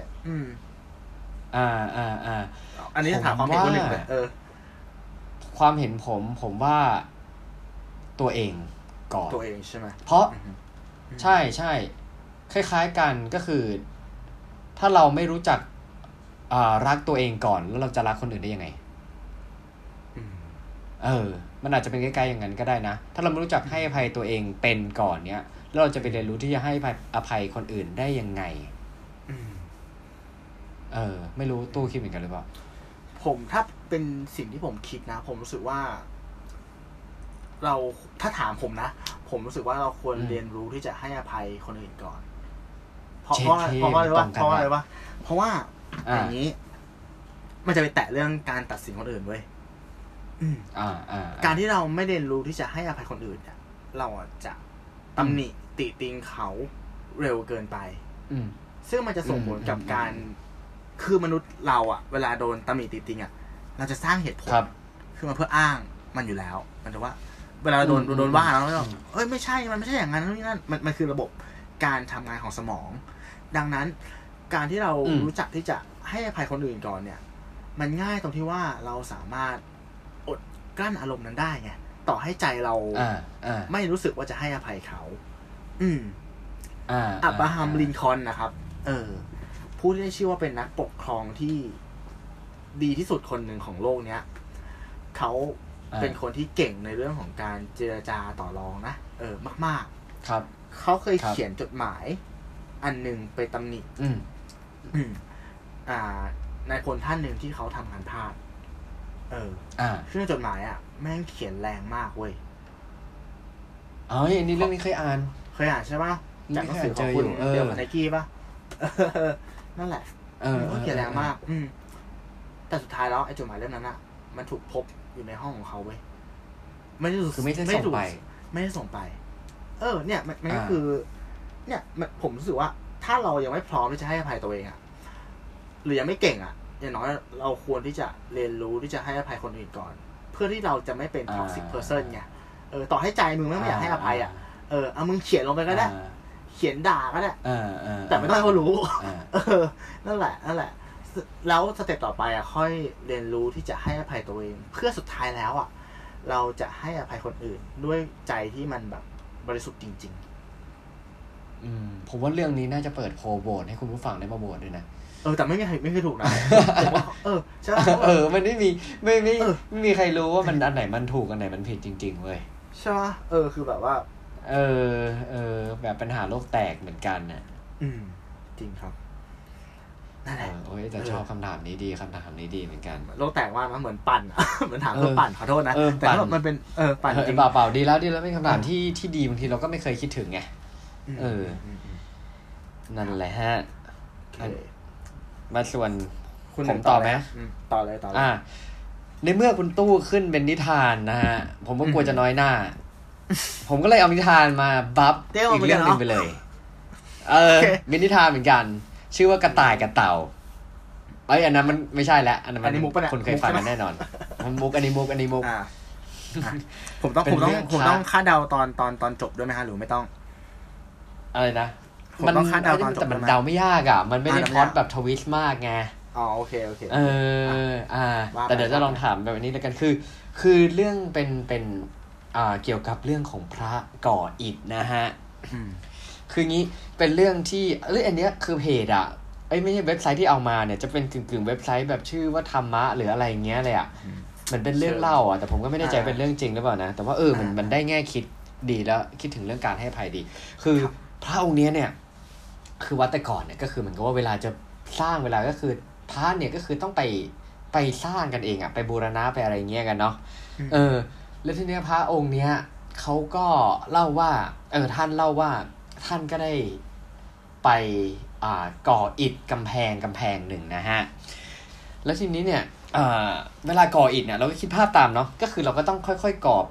อันนี้ถามความเห็นคนหนึ่งเลยความเห็นผมว่าตัวเองก่อนตัวเองใช่ไหมเพราะใช่ใช่คล้ายๆกันก็คือถ้าเราไม่รู้จักรักตัวเองก่อนแล้วเราจะรักคนอื่นได้ยังไงมันอาจจะเป็นใกล้ๆอย่างนั้นก็ได้นะถ้าเราไม่รู้จักให้อภัยตัวเองเป็นก่อนเนี้ยแล้วเราจะไปเรียนรู้ที่จะให้อภัยคนอื่นได้ยังไงไม่รู้ตู้คิดเหมือนกันหรือเปล่าผมถ้าเป็นสิ่งที่ผมคิดนะผมรู้สึกว่าเราถ้าถามผมนะผมรู้สึกว่าเราควรเรียนรู้ที่จะให้อภัยคนอื่นก่อนเพราะอะไรวะเพราะว่าอย่างนี้มันจะไปแตะเรื่องการตัดสินคนอื่นเว้ยการที่เราไม่เรียนรู้ที่จะให้อภัยคนอื่นเนี่ยเราจะตำหนิติติงเขาเร็วเกินไปซึ่งมันจะส่งผลกับการคือมนุษย์เราเวลาโดนตำหนิติติงเราจะสร้างเหตุผลขึ้นมาเพื่ออ้างมันอยู่แล้วมันจะว่าเวลาโดนว่าแล้วไม่ใช่มันไม่ใช่อย่างนั้นนี่นั่นมันคือระบบการทำงานของสมองดังนั้นการที่เรารู้จักที่จะให้อภัยคนอื่นก่อนเนี่ยมันง่ายตรงที่ว่าเราสามารถอดกลั้นอารมณ์นั้นได้ไงต่อให้ใจเราไม่รู้สึกว่าจะให้อภัยเขาอับราฮัมลินคอล์นนะครับผู้ที่ได้ชื่อว่าเป็นนักปกครองที่ดีที่สุดคนหนึ่งของโลกเนี้ยเขาเป็นคนที่เก่งในเรื่องของการเจรจาต่อรองนะมากๆครับเขาเคยเขียนจดหมายอันหนึ่งไปตำหนินายพลท่านหนึ่งที่เขาทำงานพลาดซึ่งจดหมายแม่งเขียนแรงมากเว้ยอันนี้เรื่องนี้เคยอ่านใช่ป่ะจากหนังสือของคุณเดียวกับไนกี้ป่ะนั่นแหละเขาเขียนแรงมากแต่สุดท้ายแล้วไอ้จดหมายเล่มนั้นมันถูกพบอยู่ในห้องของเขาเว้ยไม่ได้ส่งไปเนี่ยมันก็คือเนี่ยผมรู้สึกว่าถ้าเรายังไม่พร้อมที่จะให้อภัยตัวเองหรือยังไม่เก่งอย่างน้อยเราควรที่จะเรียนรู้ที่จะให้อภัยคนอื่นก่อนเพื่อที่เราจะไม่เป็น toxic person ไงต่อให้ใจมึงไม่อยากให้อภัยเอามึงเขียนลงไปก็ได้เขียนด่าก็ได้แต่ไม่ต้องให้เขารู้นั่นแหละแล้วสเต็ปต่อไปค่อยเรียนรู้ที่จะให้อภัยตัวเองเพื่อสุดท้ายแล้วเราจะให้อภัยคนอื่นด้วยใจที่มันแบบบริสุทธิ์จริงๆผมว่าเรื่องนี้น่าจะเปิดโพลโหวตให้คุณผู้ฟังได้มาโหวตด้วยนะแต่ไม่เคยถูกนะผมว่าใช่มันไม่มีใครรู้ว่ามันอันไหนมันถูกอันไหนมันผิดจริงๆเว้ยใช่ป่ะคือแบบว่าแบบปัญหาโลกแตกเหมือนกันน่ะจริงครับนั่นแหละแต่ชอบคำถามนี้ดีเหมือนกันโลกแตกว่านะเหมือนปั่นเหมือนถามปั่นขอโทษนะแต่มันเป็นปั่นจริงเปล่าดีแล้วเป็นคำถามที่ดีบางทีเราก็ไม่เคยคิดถึงไงนั่นแหละฮะมาส่วนผมต่อไหมต่อเลยในเมื่อคุณตู้ขึ้นเป็นนิทานนะฮะผมก็กลัวจะน้อยหน้าผมก็เลยเอานิทานมาบัฟอีกเรื่องนึงไปเลยเป็นนิทานเหมือนกันชื่อว่ากระต่ายกับเต่าอันนั้นมันไม่ใช่แล้วอันนั้นมันคนเคยฟังกันแน่นอนมุกอันนี้มุกผมต้องคาดเดาตอนจบด้วยไหมฮะหรือไม่ต้องอะไรนะมันต้องคาดเดาตอนจบแต่มันเดาไม่ยากมันไม่ได้พล็อตแบบทวิสต์มากไงโอเคแต่เดี๋ยวจะลองถามแบบนี้แล้วกันคือเรื่องเป็นเกี่ยวกับเรื่องของพระก่ออิฐนะฮะคืองี้เป็นเรื่องที่อันเนี้ยคือเพจไม่ใช่เว็บไซต์ที่เอามาเนี่ยจะเป็นกึ่งเว็บไซต์แบบชื่อว่าธรรมะหรืออะไรเงี้ยเลยมันเป็นเรื่องเล่าแต่ผมก็ไม่แน่ใจเป็นเรื่องจริงหรือเปล่านะแต่ว่ามันได้แง่คิดดีแล้วคิดถึงเรื่องการให้อภัยดีคือพระองค์นี้เนี่ยคือวัดแต่ก่อนเนี่ยก็คือเหมือนกับว่าเวลาจะสร้างเวลาก็คือพระเนี่ยก็คือต้องไปสร้างกันเองไปบูรณะไปอะไรเงี้ยกันเนาะแล้วทีเนี้ยพระองค์เนี้ยเขาก็เล่าว่าท่านเล่าว่าท่านก็ได้ไปก่ออิฐกำแพงหนึ่งนะฮะแล้วทีนี้เนี่ยเวลาก่ออิฐเนี่ยเราก็คิดภาพตามเนาะก็คือเราก็ต้องค่อยๆก่อเป็น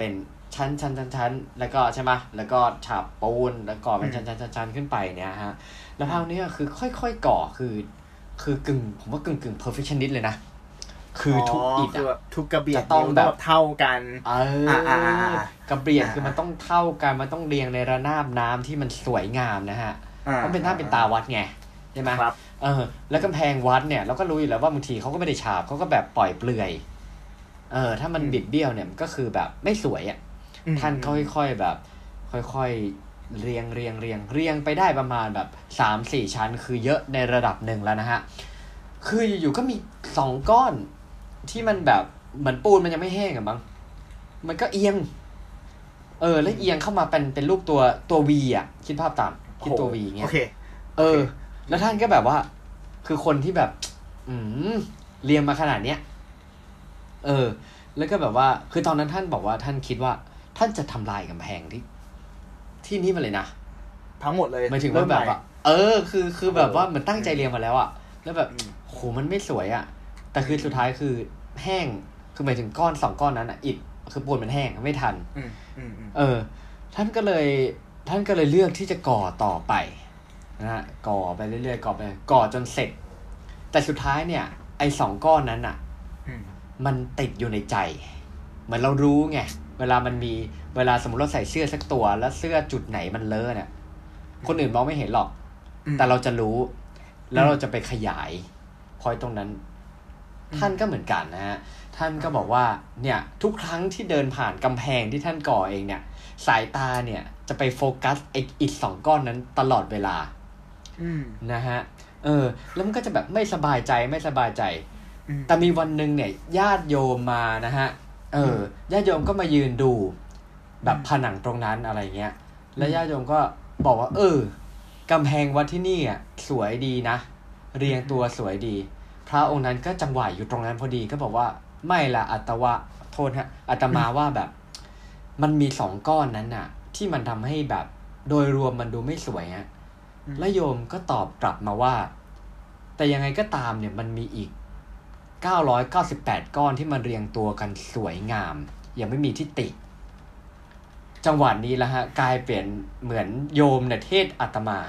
ชั้นแล้วก็ใช่ไหมแล้วก็ฉาบปูนแล้วก่อเป็นชั้นขึ้นไปเนี่ยฮะแล้วภาพนี้คือค่อยๆก่อคือกึ่งผมว่ากึ่ง perfectionist เลยนะคือทุกอิฐทุกกระเบียดจะต้องแบบเท่ากันกระเบียดคือมันต้องเท่ากันมันต้องเรียงในระนาบน้ำที่มันสวยงามนะฮะต้องเป็นหน้าเป็นตาวัดไงใช่ไหมแล้วกำแพงวัดเนี่ยเราก็รู้อยู่แล้วว่าบางทีเขาก็ไม่ได้ฉาบเขาก็แบบปล่อยเปลื่อยถ้ามันบิดเบี้ยวเนี่ยมันก็คือแบบไม่สวยอ่ะท่านค่อยๆแบบค่อยๆเรียงไปได้ประมาณแบบ 3-4 ชั้นคือเยอะในระดับหนึ่งแล้วนะฮะคืออยู่ๆก็มี2ก้อนที่มันแบบเหมือนปูนมันยังไม่แห้งอ่ะมั้งมันก็เอียงแล้วเอียงเข้ามาเป็นรูปตัว V อ่ะคิดภาพตามคิดตัว V เงี้ยแล้วท่านก็แบบว่าคือคนที่แบบเรียงมาขนาดเนี้ยแล้วก็แบบว่าคือตอนนั้นท่านบอกว่าท่านคิดว่าท่านจะทำลายกำแพงที่นี่มาเลยนะทั้งหมดเลยหมายถึงว่าแบบว่าคือแบบว่าเหมือนตั้งใจเรียงมาแล้วอ่ะแล้วแบบโหมันไม่สวยอ่ะแต่คือสุดท้ายคือแห้งคือหมายถึงก้อน2ก้อนนั้นอ่ะอิฐคือปูนมันแห้งไม่ทันท่านก็เลยเลือกที่จะก่อต่อไปนะฮะก่อไปเรื่อยๆก่อจนเสร็จแต่สุดท้ายเนี่ยไอ้2ก้อนนั้นอ่ะมันติดอยู่ในใจเหมือนเรารู้ไงเวลาสมมติเราใส่เสื้อสักตัวแล้วเสื้อจุดไหนมันเลอะเนี่ยคนอื่นมองไม่เห็นหรอกแต่เราจะรู้แล้วเราจะไปขยายพอยตรงนั้นท่านก็เหมือนกันนะฮะท่านก็บอกว่าเนี่ยทุกครั้งที่เดินผ่านกำแพงที่ท่านก่อเองเนี่ยสายตาเนี่ยจะไปโฟกัสอีก2ก้อนนั้นตลอดเวลานะฮะแล้วมันก็จะแบบไม่สบายใจแต่มีวันนึงเนี่ยญาติโยมมานะฮะญาติโยมก็มายืนดูแบบผนังตรงนั้นอะไรเงี้ยแล้วญาติโยมก็บอกว่ากำแพงวัดที่นี่อ่ะสวยดีนะเรียงตัวสวยดีพระองค์นั้นก็จังหวะอยู่ตรงนั้นพอดีก็บอกว่าไม่ละอาตมาว่าแบบมันมี2ก้อนนั้นน่ะที่มันทำให้แบบโดยรวมมันดูไม่สวยฮะแล้วโยมก็ตอบกลับมาว่าแต่ยังไงก็ตามเนี่ยมันมีอีก998ก้อนที่มันเรียงตัวกันสวยงามยังไม่มีที่ติจังหวะนี้แล้วฮะกลายเปลี่ยนเหมือนโยมเนี่ยเทศอาตมา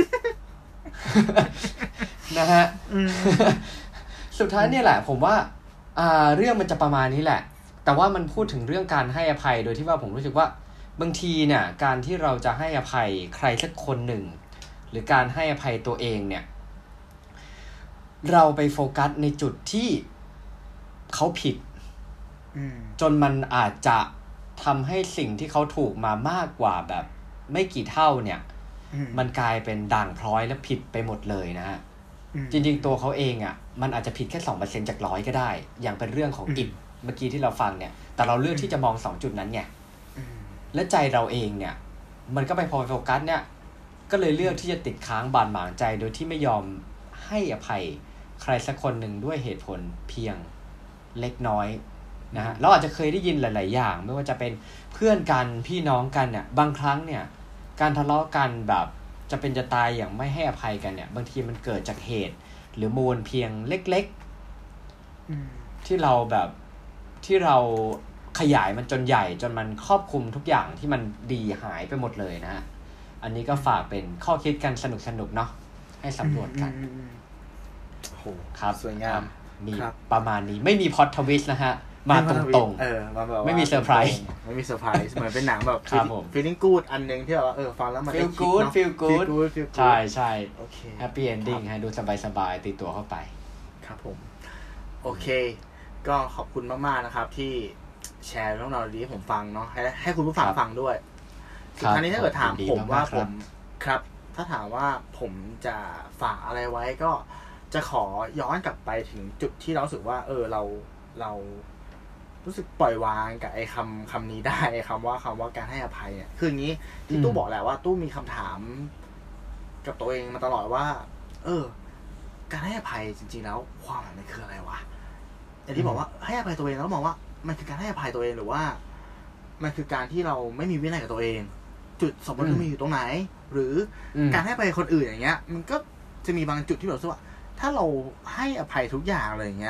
นะฮะ สุดท้ายเนี่ยแหละผมว่าเรื่องมันจะประมาณนี้แหละแต่ว่ามันพูดถึงเรื่องการให้อภัยโดยที่ว่าผมรู้สึกว่าบางทีเนี่ยการที่เราจะให้อภัยใครสักคนหนึ่งหรือการให้อภัยตัวเองเนี่ยเราไปโฟกัสในจุดที่เขาผิดจนมันอาจจะทำให้สิ่งที่เขาถูกมามากกว่าแบบไม่กี่เท่าเนี่ยมันกลายเป็นด่างพร้อยและผิดไปหมดเลยนะฮะจริงๆตัวเขาเองอ่ะมันอาจจะผิดแค่ 2% จาก100ก็ได้อย่างเป็นเรื่องของอิฐเมื่อกี้ที่เราฟังเนี่ยแต่เราเลือกที่จะมอง2จุดนั้นไงและใจเราเองเนี่ยมันก็ไปพอโฟกัสเนี่ยก็เลยเลือกที่จะติดค้างบาดหมางใจโดยที่ไม่ยอมให้อภัยใครสักคนหนึ่งด้วยเหตุผลเพียงเล็กน้อยนะฮะเราอาจจะเคยได้ยินหลายๆอย่างไม่ว่าจะเป็นเพื่อนกันพี่น้องกันเนี่ยบางครั้งเนี่ยการทะเลาะกันแบบจะเป็นจะตายอย่างไม่ให้อภัยกันเนี่ยบางทีมันเกิดจากเหตุหรือมูลเพียงเล็กๆที่เราขยายมันจนใหญ่จนมันครอบคลุมทุกอย่างที่มันดีหายไปหมดเลยนะฮะอันนี้ก็ฝากเป็นข้อคิดกันสนุกๆเนาะให้สำรวจกันโหครับสวยงามมีประมาณนี้ไม่มีพล็อตทวิสต์นะฮะมาตรงๆไม่มีเซอร์ไพรส์เหมือนเป็นหนังแบบfeeling good อันนึงที่แบบว่าฟังแล้วมันได้คิดเนาะ feel good ใช่ๆโอเค happy ending ฮะดูสบายๆตีตัวเข้าไปครับผมโอเคก็ขอบคุณมากๆนะครับที่แชร์เรื่องราวดีให้ผมฟังเนาะให้คุณผู้ฟังฟังด้วยสุดท้ายนี้ถ้าเกิดถามผมว่าผมครับถ้าถามว่าผมจะฝากอะไรไว้ก็จะขอย้อนกลับไปถึงจุดที่เรารู้สึกว่าเรารู้สึกปล่อยวางกับไอ้คำนี้ได้คำว่าการให้อภัยเนี่ยคืออย่างนี้ที่ตู้บอกแหละว่าตู้มีคำถามกับตัวเองมาตลอดว่าการให้อภัยจริงๆแล้วความหมายมันคืออะไรวะอย่างที่บอกว่าให้อภัยตัวเองแล้วมองว่ามันคือการให้อภัยตัวเองหรือว่ามันคือการที่เราไม่มีวินัยกับตัวเองจุดสมมติมันมีอยู่ตรงไหนหรือการให้อภัยคนอื่นอย่างเงี้ยมันก็จะมีบางจุดที่เราคิดว่าถ้าเราให้อภัยทุกอย่างเลยอย่างเงี้ย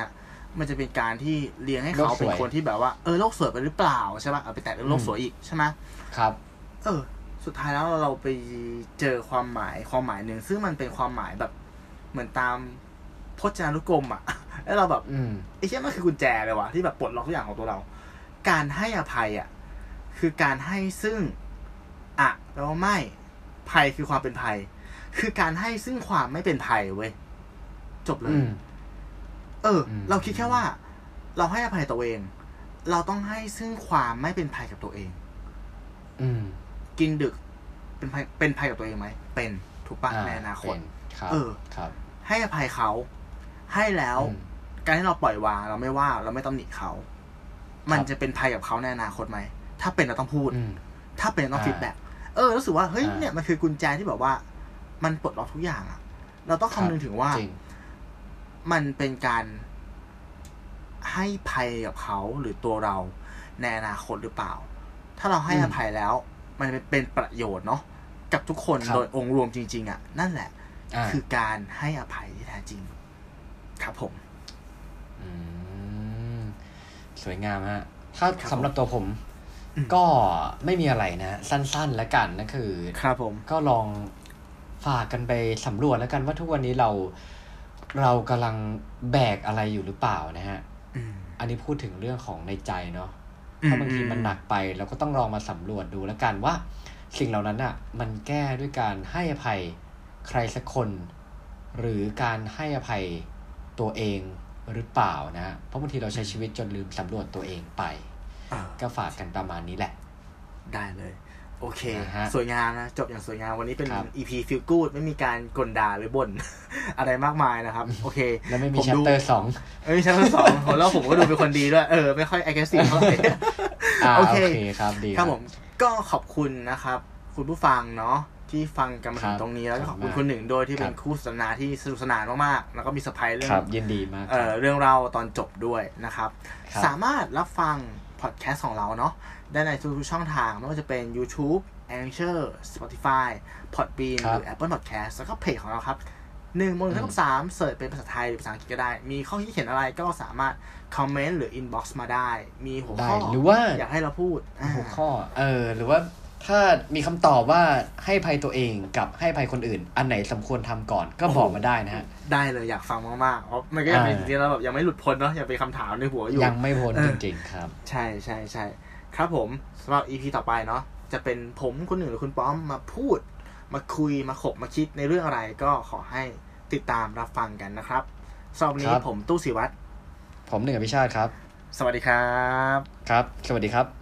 มันจะเป็นการที่เลี้ยงให้เขาเป็นคนที่แบบว่าโลกสวยไปหรือเปล่าใช่ป่ะเอาไปแตะเรื่องโลกสวยอีกใช่ไหมครับสุดท้ายแล้วเราไปเจอความหมายหนึ่งซึ่งมันเป็นความหมายแบบเหมือนตามพจนานุกรมอ่ะแล้วเราแบบไอ้เชี่ยมันคือกุญแจเลยว่ะที่แบบปลดล็อกทุกอย่างของตัวเราการให้อภัยอ่ะคือการให้ซึ่งแปลว่าไม่ภัยคือความเป็นภัยคือการให้ซึ่งความไม่เป็นภัยเว้ยจบเลยเราคิดแค่ว่าเราให้อภัยตัวเองเราต้องให้ซึ่งความไม่เป็นภัยกับตัวเองกินดึกเป็นภัยกับตัวเองไหมเป็นถูกปะในอนาคตครับให้อภัยเขาให้แล้วการที่เราปล่อยวางเราไม่ว่าเราไม่ตำหนิเขามันจะเป็นภัยกับเขาในอนาคตไหมถ้าเป็นเราต้องพูดถ้าเป็นต้องฟีดแบ็กรู้สึกว่าเฮ้ยเนี่ยมันคือกุญแจที่แบบว่ามันปลดล็อกทุกอย่างอ่ะเราต้องคำนึงถึงว่ามันเป็นการให้ภัยกับเขาหรือตัวเราในอนาคตหรือเปล่าถ้าเราให้อภัยแล้วมันเป็นประโยชน์เนาะกับทุกคนโดยองค์รวมจริงๆอ่ะนั่นแหละคือการให้อภัยที่แท้จริงครับผมสวยงามฮะถ้าสำหรับตัวผมก็ไม่มีอะไรนะสั้นๆแล้วกันนะคือครับผมก็ลองฝากกันไปสำรวจแล้วกันว่าทุกวันนี้เรากำลังแบกอะไรอยู่หรือเปล่านะฮะอันนี้พูดถึงเรื่องของในใจเนาะถ้าบางทีมันหนักไปเราก็ต้องลองมาสำรวจดูแล้วกันว่าสิ่งเหล่านั้นอ่ะมันแก้ด้วยการให้อภัยใครสักคนหรือการให้อภัยตัวเองหรือเปล่านะฮะเพราะบางทีเราใช้ชีวิตจนลืมสำรวจตัวเองไปก็ฝากกันประมาณนี้แหละได้เลยโอเคสวยงามนะจบอย่างสวยงามวันนี้เป็น EP Feel Good ไม่มีการกลด่าหรือบ่น อะไรมากมายนะครับโอเคแล้วไม่มี chapter 2 ไม่มี chapter 2แล้วผมก็ดูเป็นคนดีด้วยไม่ค่อย aggressive เท่าไหร่โอเคครับดีครับผมก็ขอบคุณนะครับคุณผู้ฟังเนาะที่ฟังกันมาถึงตรงนี้แล้วก็ขอบคุณคนหนึ่งโดยที่เป็นคู่สนทนาที่สนุกสนานมากๆแล้วก็มีเซอร์ไพรส์เรื่องยินดีมากเรื่องเราตอนจบด้วยนะครับสามารถรับฟังพอดแคสต์ของเราเนาะได้ในทุกช่องทางไม่ว่าจะเป็น YouTube Anchor Spotify Podbean หรือ Apple Podcast แล้วก็เพจของเราครับ1/3 เสิร์ชเป็นภาษาไทยหรือภาษาอังกฤษก็ได้มีข้อคิดเห็นอะไรก็สามารถคอมเมนต์หรือ inbox มาได้มีหัวข้อหรือว่าอยากให้เราพูดหัวข้อหรือว่าถ้ามีคำตอบว่าให้ภัยตัวเองกับให้ภัยคนอื่นอันไหนสมควรทำก่อนก็บอกมาได้นะฮะได้เลยอยากฟังมากๆเพราะมันก็ยังเป็นจริงๆแล้วแบบยังไม่หลุดพ้นเนาะยังเป็นคำถามในหัวอยู่ยังไม่พ้นจริงๆครับใช่ครับผมสำหรับ EP ต่อไปเนาะจะเป็นผมคนหนึ่งหรือคุณป้อมมาพูดมาคุยมาขบมาคิดในเรื่องอะไรก็ขอให้ติดตามรับฟังกันนะครับสำหรับวันนี้ผมตู้ศิวัตรผมหนึ่งอภิชาติครับสวัสดีครับครับสวัสดีครับ